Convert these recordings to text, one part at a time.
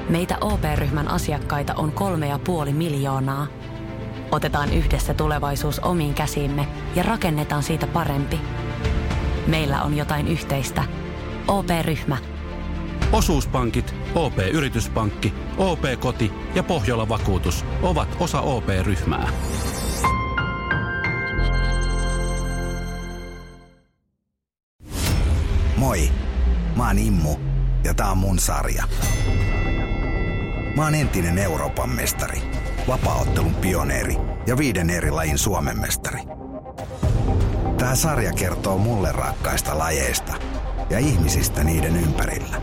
Meitä OP-ryhmän asiakkaita on 3,5 miljoonaa. Otetaan yhdessä tulevaisuus omiin käsiimme ja rakennetaan siitä parempi. Meillä on jotain yhteistä. OP-ryhmä. Osuuspankit, OP-yrityspankki, OP-koti ja Pohjola-vakuutus ovat osa OP-ryhmää. Moi, mä oon Immu ja tää on mun sarja. Mä oon entinen Euroopan mestari, vapaaottelun pioneeri ja 5 eri lajin Suomen mestari. Tää sarja kertoo mulle rakkaista lajeista ja ihmisistä niiden ympärillä.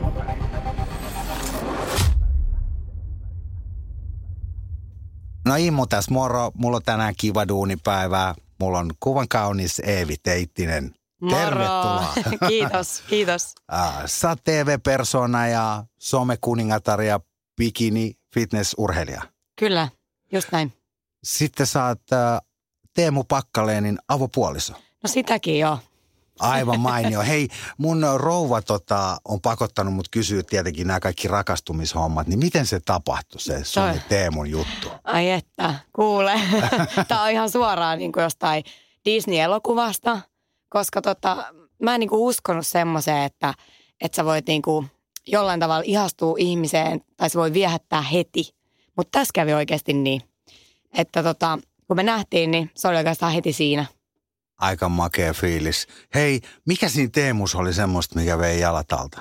No Immu tässä moro, mulla on tänään kiva duunipäivää. Mulla on kuvan kaunis Eevi Teittinen. Moro. Tervetuloa. Kiitos. Sä oot TV-persona ja somekuningatar ja bikini-fitness-urheilija. Kyllä, just näin. Sitten sä oot Teemu Packalénin avopuoliso. No sitäkin joo. Aivan mainio. Hei, mun rouva on pakottanut mut kysyä tietenkin nämä kaikki rakastumishommat, niin miten se tapahtui se sun ja Teemun juttu? Ai että, kuule. Tää on ihan suoraan niin kuin jostain Disney-elokuvasta, koska mä en niin kuin uskonut semmoiseen, että sä voit niin kuin jollain tavalla ihastua ihmiseen tai se voi viehättää heti. Mutta tässä kävi oikeasti niin, että kun me nähtiin, niin se oli oikeastaan heti siinä. Aika makea fiilis. Hei, mikä siinä Teemussa oli semmoista, mikä vei jalat alta?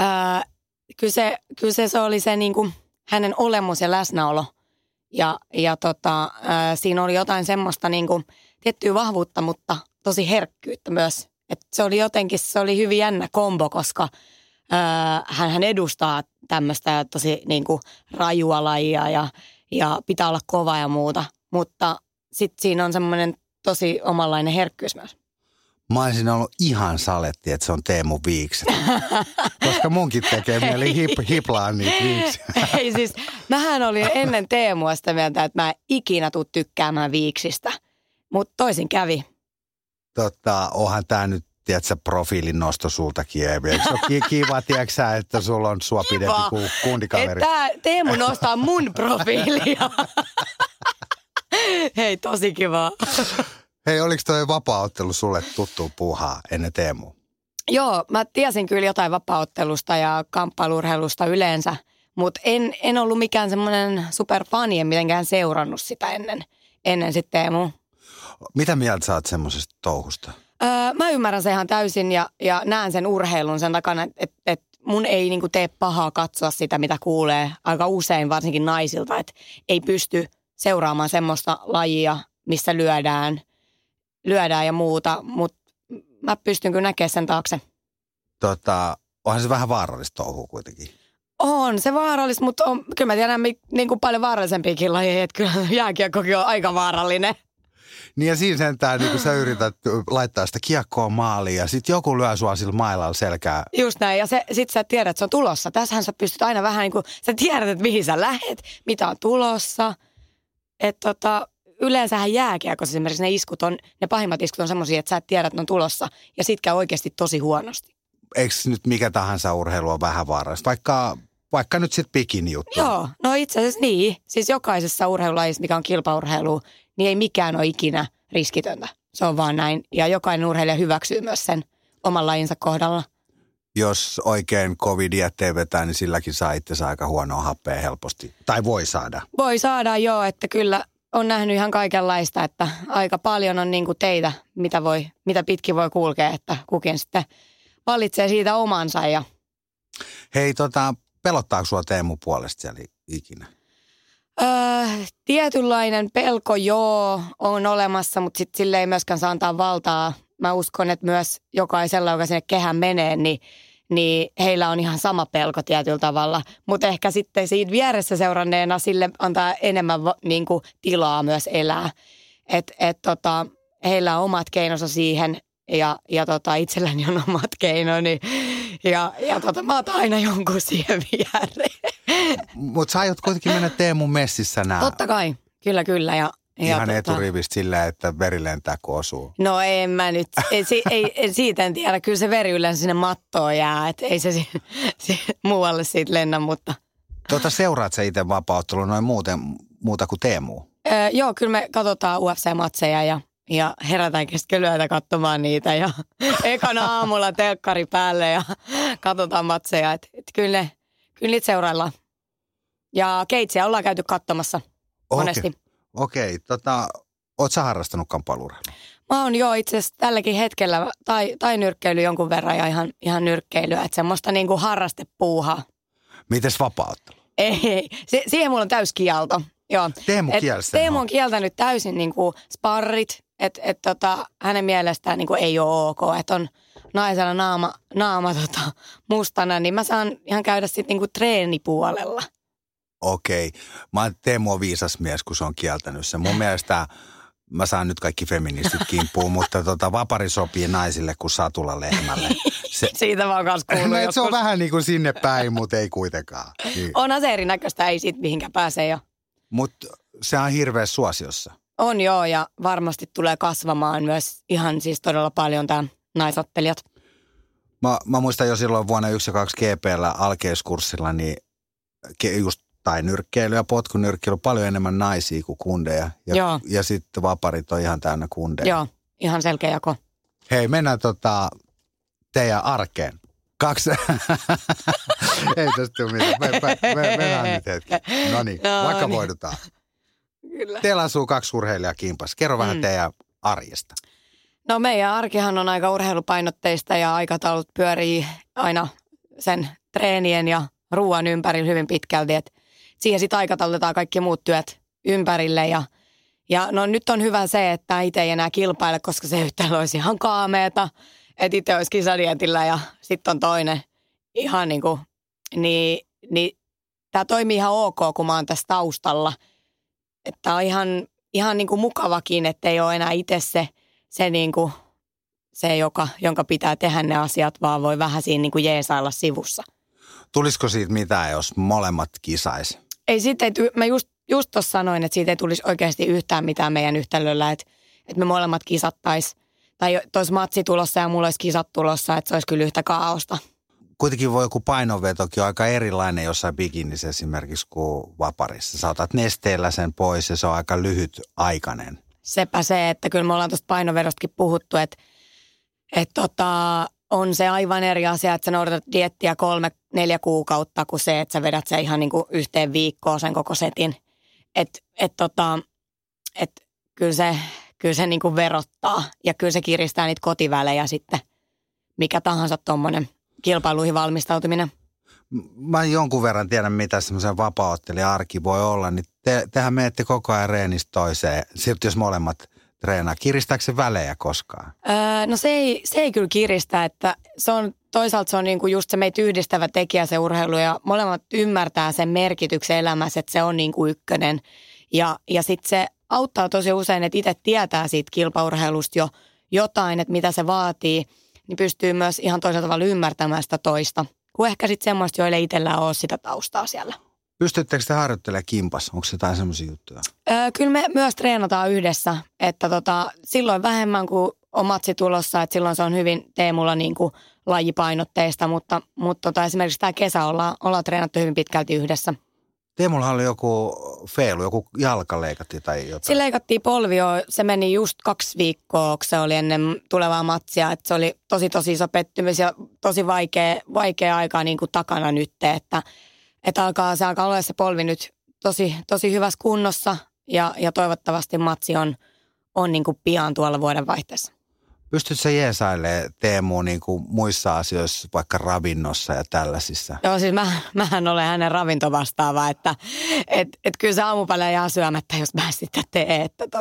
Kyllä se oli se niin kuin hänen olemus ja läsnäolo. Ja siinä oli jotain semmoista niin kuin tiettyä vahvuutta, mutta tosi herkkyyttä myös. Et se oli hyvin jännä kombo, koska hän edustaa tämmöistä tosi niin kuin rajua lajia ja pitää olla kova ja muuta. Mutta sitten siinä on semmoinen tosi omanlainen herkkyys myös. Mä olisin ollut ihan saletti, että se on Teemu viikset. Koska munkin tekee mieli hiplaa niitä viiksiä. Ei siis, mähän olin ennen Teemua sitä mieltä, että mä en ikinä tuu tykkäämään viiksistä. Mutta toisin kävi. Onhan tää nyt, tiedätkö, profiilin nosto sultakin, Eevi. Eikö se ole kiva, tiedätkö että sulla on sua pidempi kuin kundikaveri? Että Teemu nostaa mun profiilia. Hei, tosi kivaa. Hei, oliko toi vapaaottelu sulle tuttu puuhaa ennen Teemua? Joo, mä tiesin kyllä jotain vapaaottelusta ja kamppailurheilusta yleensä, mutta en ollut mikään semmoinen superfani, en mitenkään seurannut sitä ennen sitten Teemua. Mitä mieltä sä oot semmoisesta touhusta? Mä ymmärrän se ihan täysin ja näen sen urheilun sen takana, että mun ei niinku tee pahaa katsoa sitä, mitä kuulee aika usein, varsinkin naisilta, että ei pysty seuraamaan semmoista lajia, missä lyödään ja muuta, mutta mä pystyn kyllä näkemään sen taakse. Onhan se vähän vaarallista touhua kuitenkin. On se vaarallista, mutta kyllä mä tiedän niin kuin paljon vaarallisempiakin lajeja, että kyllä jääkiekkokin on aika vaarallinen. Niin ja siinä sentään, niin kun sä yrität laittaa sitä kiekkoa maaliin ja sitten joku lyö sua sillä mailalla selkää. Just näin, ja sit sä tiedät, että se on tulossa. Tässähän sä pystyt aina vähän niin kuin, sä tiedät, että mihin sä lähet, mitä on tulossa. Että yleensähän jääkiekossa esimerkiksi ne pahimmat iskut on semmoisia, että sä et tiedä, että ne on tulossa. Ja sit käy oikeasti tosi huonosti. Eikö nyt mikä tahansa urheilu on vähän vaarallista? Vaikka nyt sitten bikini juttu. Joo, no itse asiassa niin. Siis jokaisessa urheilulajissa, mikä on kilpaurheilu, niin ei mikään ole ikinä riskitöntä. Se on vaan näin. Ja jokainen urheilija hyväksyy myös sen oman lajinsa kohdalla. Jos oikein covid-jätteen vetää, niin silläkin saa itsensä aika huonoa happea helposti. Tai voi saada. Voi saada, joo, että kyllä on nähnyt ihan kaikenlaista, että aika paljon on niin kuin teitä, mitä pitkin voi kulkea, että kukin sitten valitsee siitä omansa. Ja... Hei, pelottaako sua Teemu puolesta siellä ikinä? Tietynlainen pelko, joo, on olemassa, mutta sitten sille ei myöskään saa antaa valtaa. Mä uskon, että myös jokaisella, joka sinne kehään menee, niin heillä on ihan sama pelko tietyllä tavalla. Mutta ehkä sitten siitä vieressä seuranneena sille antaa enemmän niin kuin tilaa myös elää. Heillä on omat keinonsa siihen ja itselläni on omat keinoni. Ja mä otan aina jonkun siihen viereen. Mutta sä aiot kuitenkin mennä Teemun messissä nää. Totta kai, kyllä. Ja ihan eturivistä sillä, että veri lentää kun osuu. No en mä nyt, siitä en tiedä. Kyllä se veri yleensä sinne mattoon jää, että ei se muualle siitä lennä, mutta... Seuraat sä itse vapaa-ottelua noin muuta kuin Teemu? Joo, kyllä me katsotaan UFC-matseja ja herätään keskellä yötä katsomaan niitä ja ekana aamulla telkkari päälle ja katsotaan matseja. Et kyllä niitä seuraillaan. Ja keitsiä ollaan käyty katsomassa monesti. Okei. Oot sä harrastanut kamppailurheilua? Mä oon itse asiassa tälläkin hetkellä tai nyrkkeily jonkun verran ja ihan nyrkkeilyä. Että semmoista niinku harrastepuuhaa. Mites vapaa-ottelu? Ei, siihen mulla on täyskielto. Joo. Teemu on kieltänyt täysin niinku sparrit, että hänen mielestään niinku ei ole ok, että on naisella naama mustana, niin mä saan ihan käydä sitten niinku treenipuolella. Okei. Teemu on viisas mies, kun se on kieltänyt sen. Mun mielestä mä saan nyt kaikki feministit kimppuun, mutta vapari sopii naisille kuin satula lehmälle. Siitä mä oon kanssa kuullut joskus. Se on vähän niin kuin sinne päin, mutta ei kuitenkaan. Niin. Onhan se erinäköistä, ei siitä mihinkään pääse jo. Mutta se on hirveä suosiossa. On joo, ja varmasti tulee kasvamaan myös ihan siis todella paljon tämä naisottelijat. Mä muistan jo silloin vuonna 1 ja 2 GP:llä alkeiskurssilla, niin just tai nyrkkeily ja potkunyrkkeily paljon enemmän naisia kuin kundeja. Ja sitten vaparit on ihan täynnä kundeja. Joo, ihan selkeä jako. Hei, mennään teidän arkeen. Ei tästä tule mitään. Mennään nyt hetki. Noniin, vaikka voidutaan. Kyllä. Teillä asuu 2 urheilijaa kimpassa. Kerro vähän teidän arjesta. No meidän arkihan on aika urheilupainotteista ja aikataulut pyörii aina sen treenien ja ruoan ympärillä hyvin pitkälti. Et siihen sitten aikataulutetaan kaikki muut työt ympärille ja no nyt on hyvä se, että itse ei enää kilpaile, koska se yhtäällä olisi ihan kaameeta. Että itse olisi kisadietillä ja sitten on toinen ihan niin tämä toimii ihan ok, kun mä oon tässä taustalla. Että on ihan niin kuin mukavakin, että ei ole enää itse se jonka pitää tehdä ne asiat, vaan voi vähän siinä niin kuin jeesailla sivussa. Tulisiko siitä mitään, jos molemmat kisais? Ei siitä, mä just tuossa sanoin, että siitä ei tulisi oikeasti yhtään mitään meidän yhtälöllä, että me molemmat kisattaisiin. Tai olisi matsi tulossa ja mulla olisi kisat tulossa, että se olisi kyllä yhtä kaaosta. Kuitenkin voi joku painonvetokin on aika erilainen jossain bikinissä esimerkiksi kuin vaparissa. Sä otat nesteellä sen pois ja se on aika lyhytaikainen. Sepä se, että kyllä me ollaan tuosta painovedostakin puhuttu, että on se aivan eri asia, että sä noudatat dieettiä 3-4 kuukautta kuin se, että sä vedät se ihan niin kuin yhteen viikkoon sen koko setin. Kyllä se niin kuin verottaa ja kyllä se kiristää niitä kotivälejä sitten, mikä tahansa tuommoinen kilpailuihin valmistautuminen. Mä jonkun verran tiedän, mitä semmoisen vapaa-ottelijan arki voi olla, niin tehän menette koko ajan reenistä toiseen. Sitten jos molemmat treenaa, kiristääkö se välejä koskaan? No se ei kyllä kiristä, että toisaalta se on niinku just se meitä yhdistävä tekijä se urheilu ja molemmat ymmärtää sen merkityksen elämässä, että se on niinku ykkönen. Ja sitten se auttaa tosi usein, että itse tietää siitä kilpaurheilusta jo jotain, että mitä se vaatii, niin pystyy myös ihan toisella tavalla ymmärtämään sitä toista, kuin ehkä sitten semmoista, joille itsellään ole sitä taustaa siellä. Pystyttekö te harjoittelemaan kimpassa? Onko se jotain semmoisia juttuja? Kyllä me myös treenataan yhdessä, että silloin vähemmän kuin on matsi tulossa, että silloin se on hyvin Teemulla niin kuin lajipainotteista, mutta esimerkiksi tämä kesä ollaan treenattu hyvin pitkälti yhdessä. Teemulla oli joku feilu, joku jalka leikattiin tai jotain. Se leikattiin polvio, se meni just 2 viikkoa, kun se oli ennen tulevaa matsia, että se oli tosi iso pettymys ja tosi vaikea aikaa niin kuin takana nyt, että se alkaa olla se polvi nyt tosi hyvässä kunnossa ja toivottavasti matsi on niin kuin pian tuolla vuodenvaihteessa. Pystytkö sä jeesailemaan Teemua niin kuin muissa asioissa, vaikka ravinnossa ja tällaisissa? Joo, siis mähän olen hänen ravintovastaava, että kyllä se aamupalja jää syömättä, jos mä sitä teen.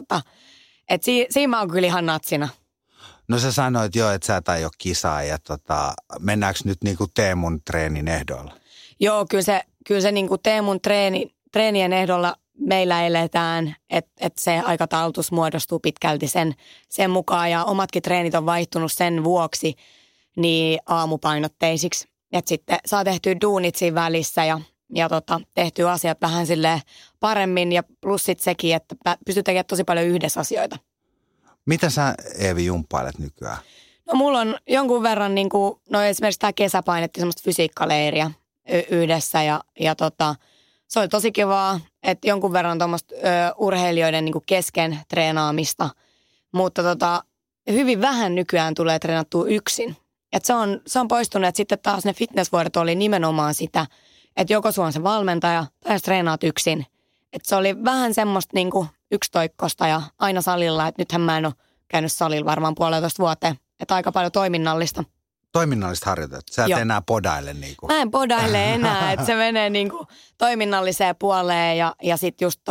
Että siinä mä oon kyllä ihan natsina. No sä sanoit jo, että sä et aio kisaa ja mennäänkö nyt niin kuin Teemun treenin ehdoilla? Joo, kyllä se niin kuin Teemun treenien ehdolla meillä eletään, että se aikataulutus muodostuu pitkälti sen mukaan ja omatkin treenit on vaihtunut sen vuoksi niin aamupainotteisiksi. Että sitten saa tehtyä duunit siinä välissä ja tehtyä asiat vähän silleen paremmin ja plus sitten sekin, että pystyy tekemään tosi paljon yhdessä asioita. Mitä sä, Eevi, jumppailet nykyään? No mulla on jonkun verran esimerkiksi tämä kesä painettiin semmoista fysiikkaleiriä yhdessä ja Se oli tosi kivaa, että jonkun verran tuommoista urheilijoiden niin kuin kesken treenaamista, mutta hyvin vähän nykyään tulee treenattua yksin. Et se on poistunut, että sitten taas ne fitnessvuodet oli nimenomaan sitä, että joko sulla on se valmentaja tai treenaat yksin. Että se oli vähän semmoista niin kuin yksitoikkosta ja aina salilla, että nythän mä en ole käynyt salilla varmaan 1,5 vuoteen. Että aika paljon toiminnallista. Toiminnallista harjoitat. Sä et enää podaile niin kuin. Mä en podaile enää, että se menee niin kuin toiminnalliseen puoleen ja sitten just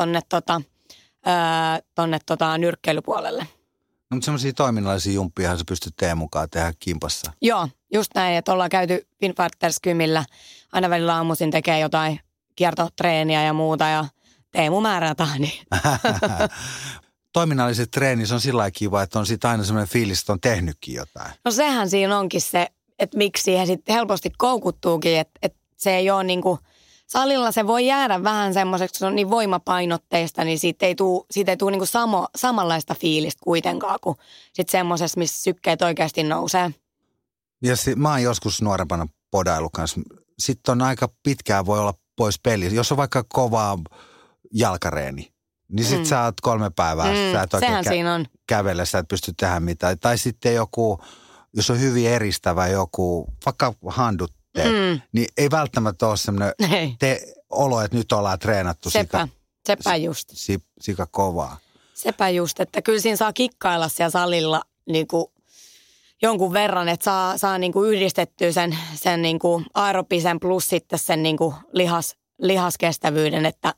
tonne nyrkkeilypuolelle. No, mutta semmoisia toiminnallisia jumppiahan sä pystyt Teemun mukaan tehdä kimpassa. Joo, just näin, että ollaan käyty Finfighters-kymillä. Aina välillä aamuisin tekee jotain kiertotreeniä ja muuta ja Teemu määrätään. Niin. Toiminnalliset treenit on sillä lailla kiva, että on sitten aina semmoinen fiilis, että on tehnytkin jotain. No sehän siinä onkin se, että miksi siihen sitten helposti koukuttuukin, että se ei ole niinku, salilla se voi jäädä vähän semmoiseksi, kun se on niin voimapainotteista, niin siitä ei tule niinku samanlaista fiilistä kuitenkaan kuin sitten semmoisessa, missä sykkeet oikeasti nousee. Ja mä oon joskus nuorempana podailu kanssa. Sitten on aika pitkään voi olla pois pelissä. Jos on vaikka kovaa jalkareeni, niin sit sä oot 3 päivää. Sä et oikein siinä on. Kävellä, sä et pysty tehdä mitään. Tai sitten joku, jos on hyvin eristävä joku, vaikka handut niin ei välttämättä ole semmoinen olo, että nyt ollaan treenattu sepä just. Sika kovaa. Sepä just, että kyllä siinä saa kikkailla siellä salilla niin kuin jonkun verran, että saa niin kuin yhdistettyä sen niin kuin aerobisen plus sitten sen niin kuin lihaskestävyyden, että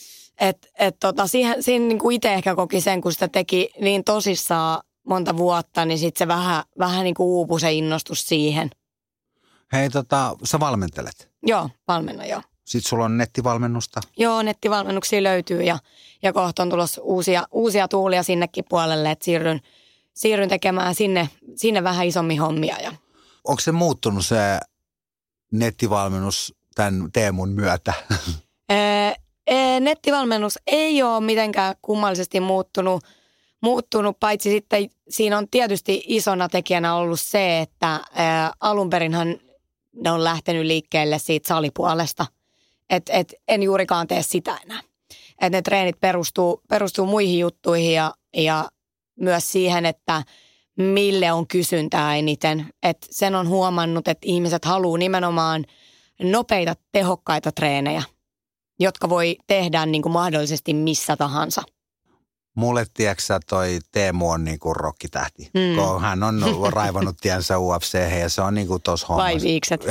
siinä niin kuin itse ehkä koki sen, kun sitä teki niin tosissaan monta vuotta, niin sitten se vähän niin kuin uupui se innostus siihen. Hei, sä valmentelet? Joo, valmennan joo. Sitten sulla on nettivalmennusta? Joo, nettivalmennuksia löytyy ja kohta on tulossa uusia tuulia sinnekin puolelle, että siirryn tekemään sinne vähän isommin hommia. Onko se muuttunut se nettivalmennus tämän Teemun myötä? Nettivalmennus ei ole mitenkään kummallisesti muuttunut, paitsi sitten siinä on tietysti isona tekijänä ollut se, että alunperinhan ne on lähtenyt liikkeelle siitä salipuolesta. Et en juurikaan tee sitä enää. Et ne treenit perustuu muihin juttuihin ja myös siihen, että mille on kysyntää eniten. Et sen on huomannut, että ihmiset haluaa nimenomaan nopeita, tehokkaita treenejä, jotka voi tehdä niin kuin mahdollisesti missä tahansa. Mulle, tiedätkö toi Teemu on niinku rokkitähti, kun hän on raivannut tiensä UFC:hen ja se on niinku tossa hommassa. Vai viikset?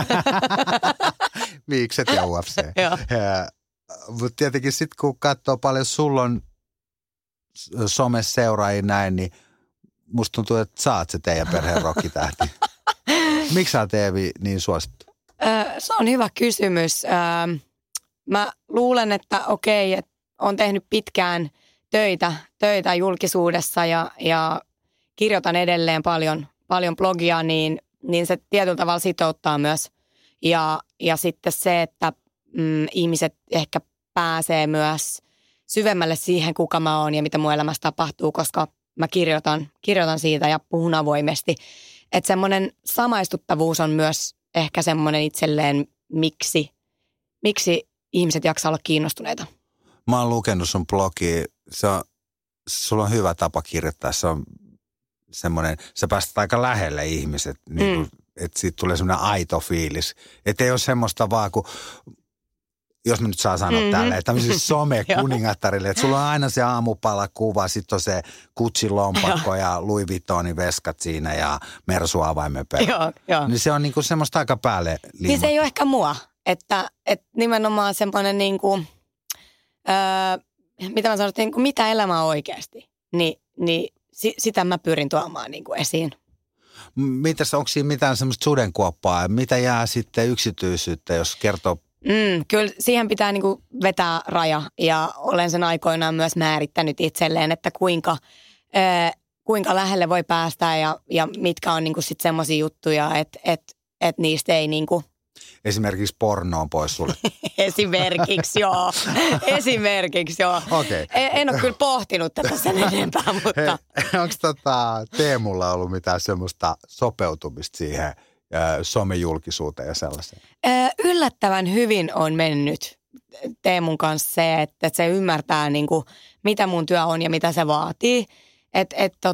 Viikset ja UFC. Mutta tietenkin sitten kun katsoo paljon, sulla on somessa seuraajia näin, niin musta tuntuu, että sä oot se teidän perheen rokkitähti. Miksi sä oot Eevi niin suosittu? Se on hyvä kysymys. Mä luulen, että okei, että on tehnyt pitkään töitä julkisuudessa ja kirjoitan edelleen paljon blogia, niin se tietyllä tavalla sitouttaa myös. Ja sitten se, että ihmiset ehkä pääsee myös syvemmälle siihen, kuka mä oon ja mitä mun elämässä tapahtuu, koska mä kirjoitan siitä ja puhun avoimesti. Että semmoinen samaistuttavuus on myös ehkä semmoinen itselleen, miksi ihmiset jaksaa olla kiinnostuneita. Mä oon lukenut sun blogia. Sulla on hyvä tapa kirjoittaa. Se on semmoinen, sä päästät aika lähelle ihmiset, niin kuin, että siitä tulee semmoinen aito fiilis. Että ei ole semmoista vaan, kun, jos mä nyt saa sanoa tälleen, tämmöisille some-kuningattarille, että sulla on aina se aamupalakuva, sitten on se Gucci-lompakko ja Louis Vuittonin veskat siinä ja Mersu-avaimen perä. Niin se on niinku semmoista aika päälle liimattu. Niin se ei ole ehkä mua, että nimenomaan semmoinen niinku, mitä mä sanon, että mitä elämä on oikeasti, niin sitä mä pyrin tuomaan niinku esiin. Mitäs, onko siinä mitään semmoista sudenkuoppaa? Mitä jää sitten yksityisyyttä, jos kertoo? Kyllä siihen pitää niinku vetää raja ja olen sen aikoinaan myös määrittänyt itselleen, että kuinka lähelle voi päästä ja mitkä on niinku sit semmoisia juttuja, että niistä ei niinku... Esimerkiksi porno on pois sulle. Esimerkiksi joo. Okay. En ole kyllä pohtinut tätä sen enempää, mutta... Onko Teemulla ollut mitään semmoista sopeutumista siihen somejulkisuuteen ja sellaiseen? Yllättävän hyvin on mennyt. Teemun kanssa se, että se ymmärtää niin kuin, mitä mun työ on ja mitä se vaatii. Että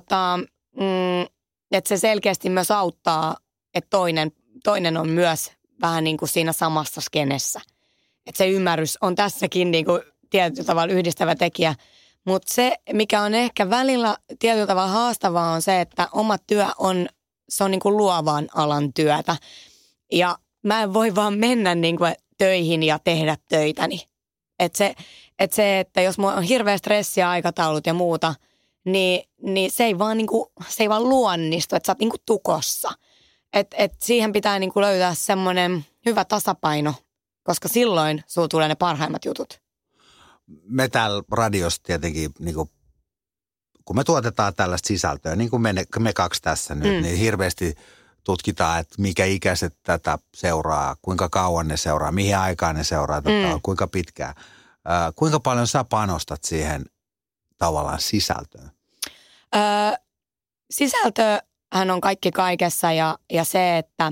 se selkeästi myös auttaa, että toinen on myös vähän niin kuin siinä samassa skenessä. Että se ymmärrys on tässäkin niin kuin tietyllä tavalla yhdistävä tekijä. Mutta se, mikä on ehkä välillä tietyllä tavalla haastavaa, on se, että oma työ on niin kuin luovan alan työtä. Ja mä en voi vaan mennä niin kuin töihin ja tehdä töitäni. Että että jos mulla on hirveä stressi ja aikataulut ja muuta, niin se ei vaan luonnistu, että sä oot niin kuin tukossa. Että siihen pitää niin kuin löytää semmoinen hyvä tasapaino, koska silloin sulla tulee ne parhaimmat jutut. Me täällä radiossa tietenkin, niin kuin, kun me tuotetaan tällaista sisältöä, niin kuin me kaksi tässä nyt, niin hirveästi tutkitaan, että mikä ikäiset tätä seuraa, kuinka kauan ne seuraa, mihin aikaan ne seuraa, kuinka pitkään. Kuinka paljon sä panostat siihen tavallaan sisältöön? Sisältöhän on kaikki kaikessa ja se, että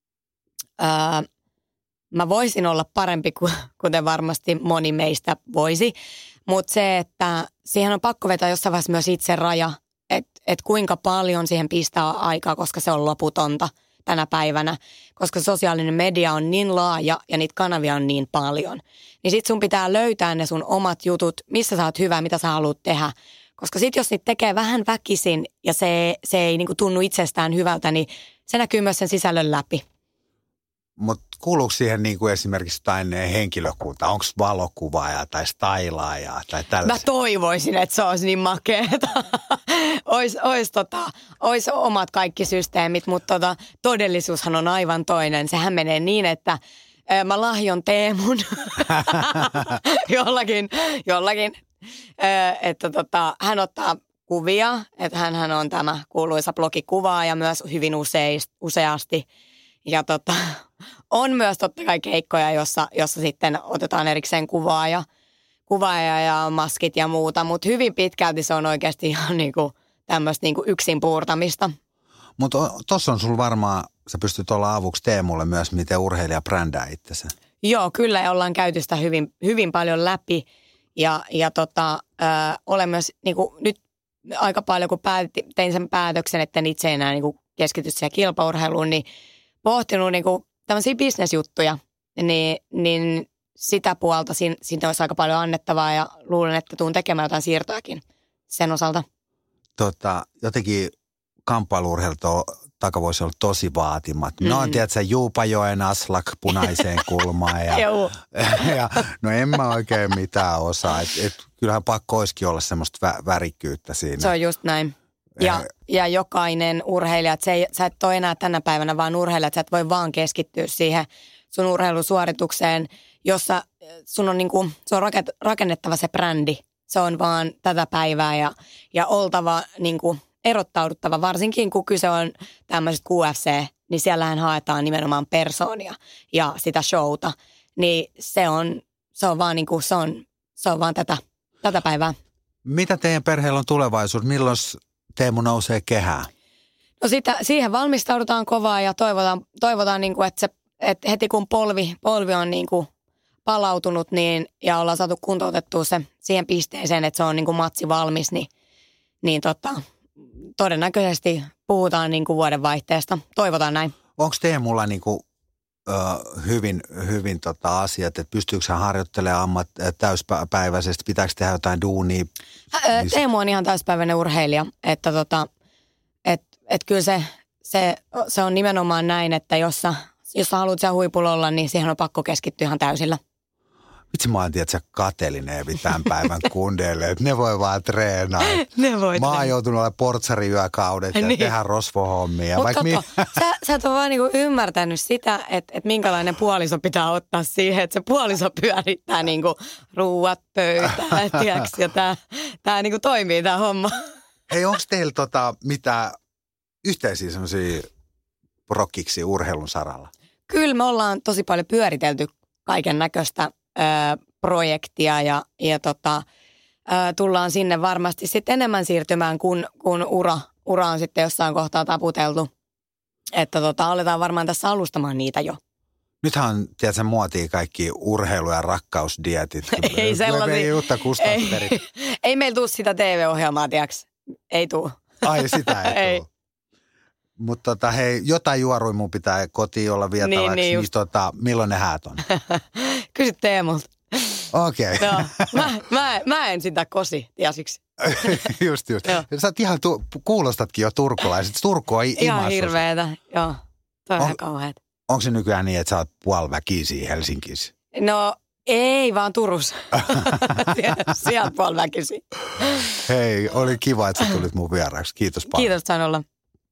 mä voisin olla parempi, kuten varmasti moni meistä voisi, mutta se, että siihen on pakko vetää jossain vaiheessa myös itse raja, että kuinka paljon siihen pistää aikaa, koska se on loputonta tänä päivänä, koska sosiaalinen media on niin laaja ja niitä kanavia on niin paljon. Niin sit sun pitää löytää ne sun omat jutut, missä sä oot hyvä, mitä sä haluat tehdä. Koska sit jos niitä tekee vähän väkisin ja se ei niinku tunnu itsestään hyvältä, niin se näkyy myös sen sisällön läpi. Mutta kuuluuko siihen niin kuin esimerkiksi jotain henkilökunta? Onko valokuvaaja tai stailaaja tai tällaisia? Mä toivoisin, että se olisi niin makeeta. Ois omat kaikki systeemit, mutta todellisuushan on aivan toinen. Sehän menee niin, että mä lahjon Teemun jollakin että hän ottaa kuvia, että hän on tämä kuuluisa blogikuvaaja myös hyvin useasti. Ja on myös totta kai keikkoja, jossa sitten otetaan erikseen kuvaaja ja maskit ja muuta, mutta hyvin pitkälti se on oikeasti ihan niinku tämmöistä niinku yksin puurtamista. Mutta tuossa on sulla varmaan, sä pystyt olla avuksi Teemulle myös, miten urheilija brändää itsensä. Joo, kyllä ja ollaan käyty sitä hyvin, hyvin paljon läpi ja olen myös niinku nyt aika paljon, kun tein sen päätöksen, että en itse enää niinku keskity siihen kilpaurheiluun, niin pohtinut niinku tämmöisiä bisnesjuttuja, niin sitä puolta siitä olisi aika paljon annettavaa ja luulen, että tuun tekemään jotain siirtojakin sen osalta. Jotenkin kamppailu-urheilut voisi olla tosi vaatimat. No on, tiedätkö, Juupajoen Aslak punaiseen kulmaan ja no en mä oikein mitään osaa. Kyllähän pakko olisikin olla semmoista värikkyyttä siinä. Se on just näin. Ja jokainen urheilija, että sä et ole enää tänä päivänä vaan urheilija, että sä et voi vaan keskittyä siihen sun urheilusuoritukseen, jossa sun on niinku, se on rakennettava se brändi. Se on vaan tätä päivää ja oltava niinku erottauduttava, varsinkin kun kyse on tämmöisestä QFC, niin siellähän haetaan nimenomaan persoonia ja sitä showta. Niin se on vaan niinku, se on vaan tätä päivää. Mitä teidän perheellä on tulevaisuus? Milloin Teemu nousee kehään? No siihen valmistaudutaan kovaa ja toivotaan niin kuin, että heti kun polvi on niin kuin palautunut niin, ja ollaan saatu kuntoutettua se siihen pisteeseen, että se on niin kuin matsi valmis, niin todennäköisesti puhutaan niin kuin vuodenvaihteesta. Toivotaan näin. Onko Teemulla niin kuin, hyvin asiat, että pystyykö hän harjoittelemaan täyspäiväisesti, pitääkö tehdä jotain duunia? Teemu on ihan täyspäiväinen urheilija, että kyllä se on nimenomaan näin, että jos sä haluat siellä huipulla olla, niin siihen on pakko keskittyä ihan täysillä. Vitsi, mä oon tiedä, kateellinen tämän päivän kundeille, että ne voi vaan treenaa. Mä oon joutunut olemaan portsariyökaudet ja niin. Tehdä rosvohommia. Mutta sä et ole vaan niinku ymmärtänyt sitä, että minkälainen puoliso pitää ottaa siihen, että se puoliso pyörittää niinku ruuat pöytään, tiiäks, ja tää niinku toimii tää homma. Hei, onko teillä mitään yhteisiä semmoisia prokkiksi urheilun saralla? Kyllä me ollaan tosi paljon pyöritelty kaiken näköistä projektia ja tullaan sinne varmasti sitten enemmän siirtymään, kun ura on sitten jossain kohtaa taputeltu. Että aletaan varmaan tässä alustamaan niitä jo. Nythän on, tiedätkö, muotia kaikki urheilu- ja rakkausdietit. Ei sellaisia. Jutta Kustanperit. Ei meillä tule sitä TV-ohjelmaa, tiiäks? Ei tule. Ai, sitä ei tule. Mutta hei, jotain juorui mun pitää kotiin olla vietäväksi. Niin milloin ne häät on? Kysy Teemulta. Okei. Okay. No, mä en sitä kosi, tiesiksi. Just. Sä ihan kuulostatkin jo turkulaiset. Turku on imasus. Ihan hirveetä, joo. Toi on ihan kauheat. Onko se nykyään niin, että sä oot puoliväkisiä Helsingissä? No ei, vaan Turussa. Sieltä puoliväkisiä. Hei, oli kiva, että sä tulit mun vieraaksi. Kiitos paljon. Kiitos, sain olla.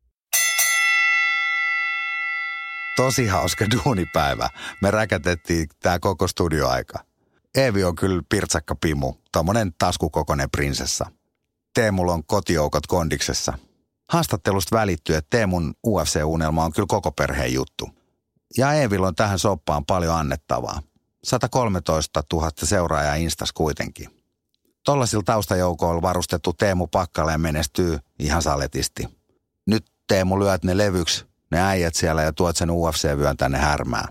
Tosi hauska duunipäivä. Me räkätettiin tää koko studioaika. Eevi on kyllä pirtsakka pimu, tommonen taskukokoinen prinsessa. Teemulla on kotijoukot kondiksessa. Haastattelusta välittyy, että Teemun UFC-unelma on kyllä koko perheen juttu. Ja Eevillä on tähän soppaan paljon annettavaa. 113 000 seuraajaa Instas kuitenkin. Tollasilla taustajoukoilla varustettu Teemu Pakkaleen menestyy ihan saletisti. Nyt Teemu lyöt ne levyksi, ne äijät siellä ja tuot sen UFC-vyön tänne härmään.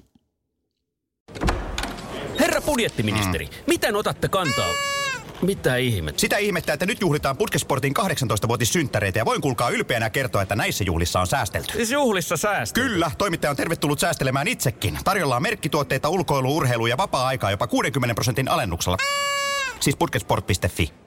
Herra budjettiministeri, miten otatte kantaa? Mitä ihmettä? Sitä ihmettä, että nyt juhlitaan Putkesportin 18-vuotissynttäreitä ja voin kuulkaa ylpeänä kertoa, että näissä juhlissa on säästelty. Siis juhlissa säästelty? Kyllä, toimittaja on tervetullut säästelemään itsekin. Tarjolla on merkkituotteita, ulkoilu, urheilu ja vapaa-aikaa jopa 60% alennuksella. Siis putkesport.fi.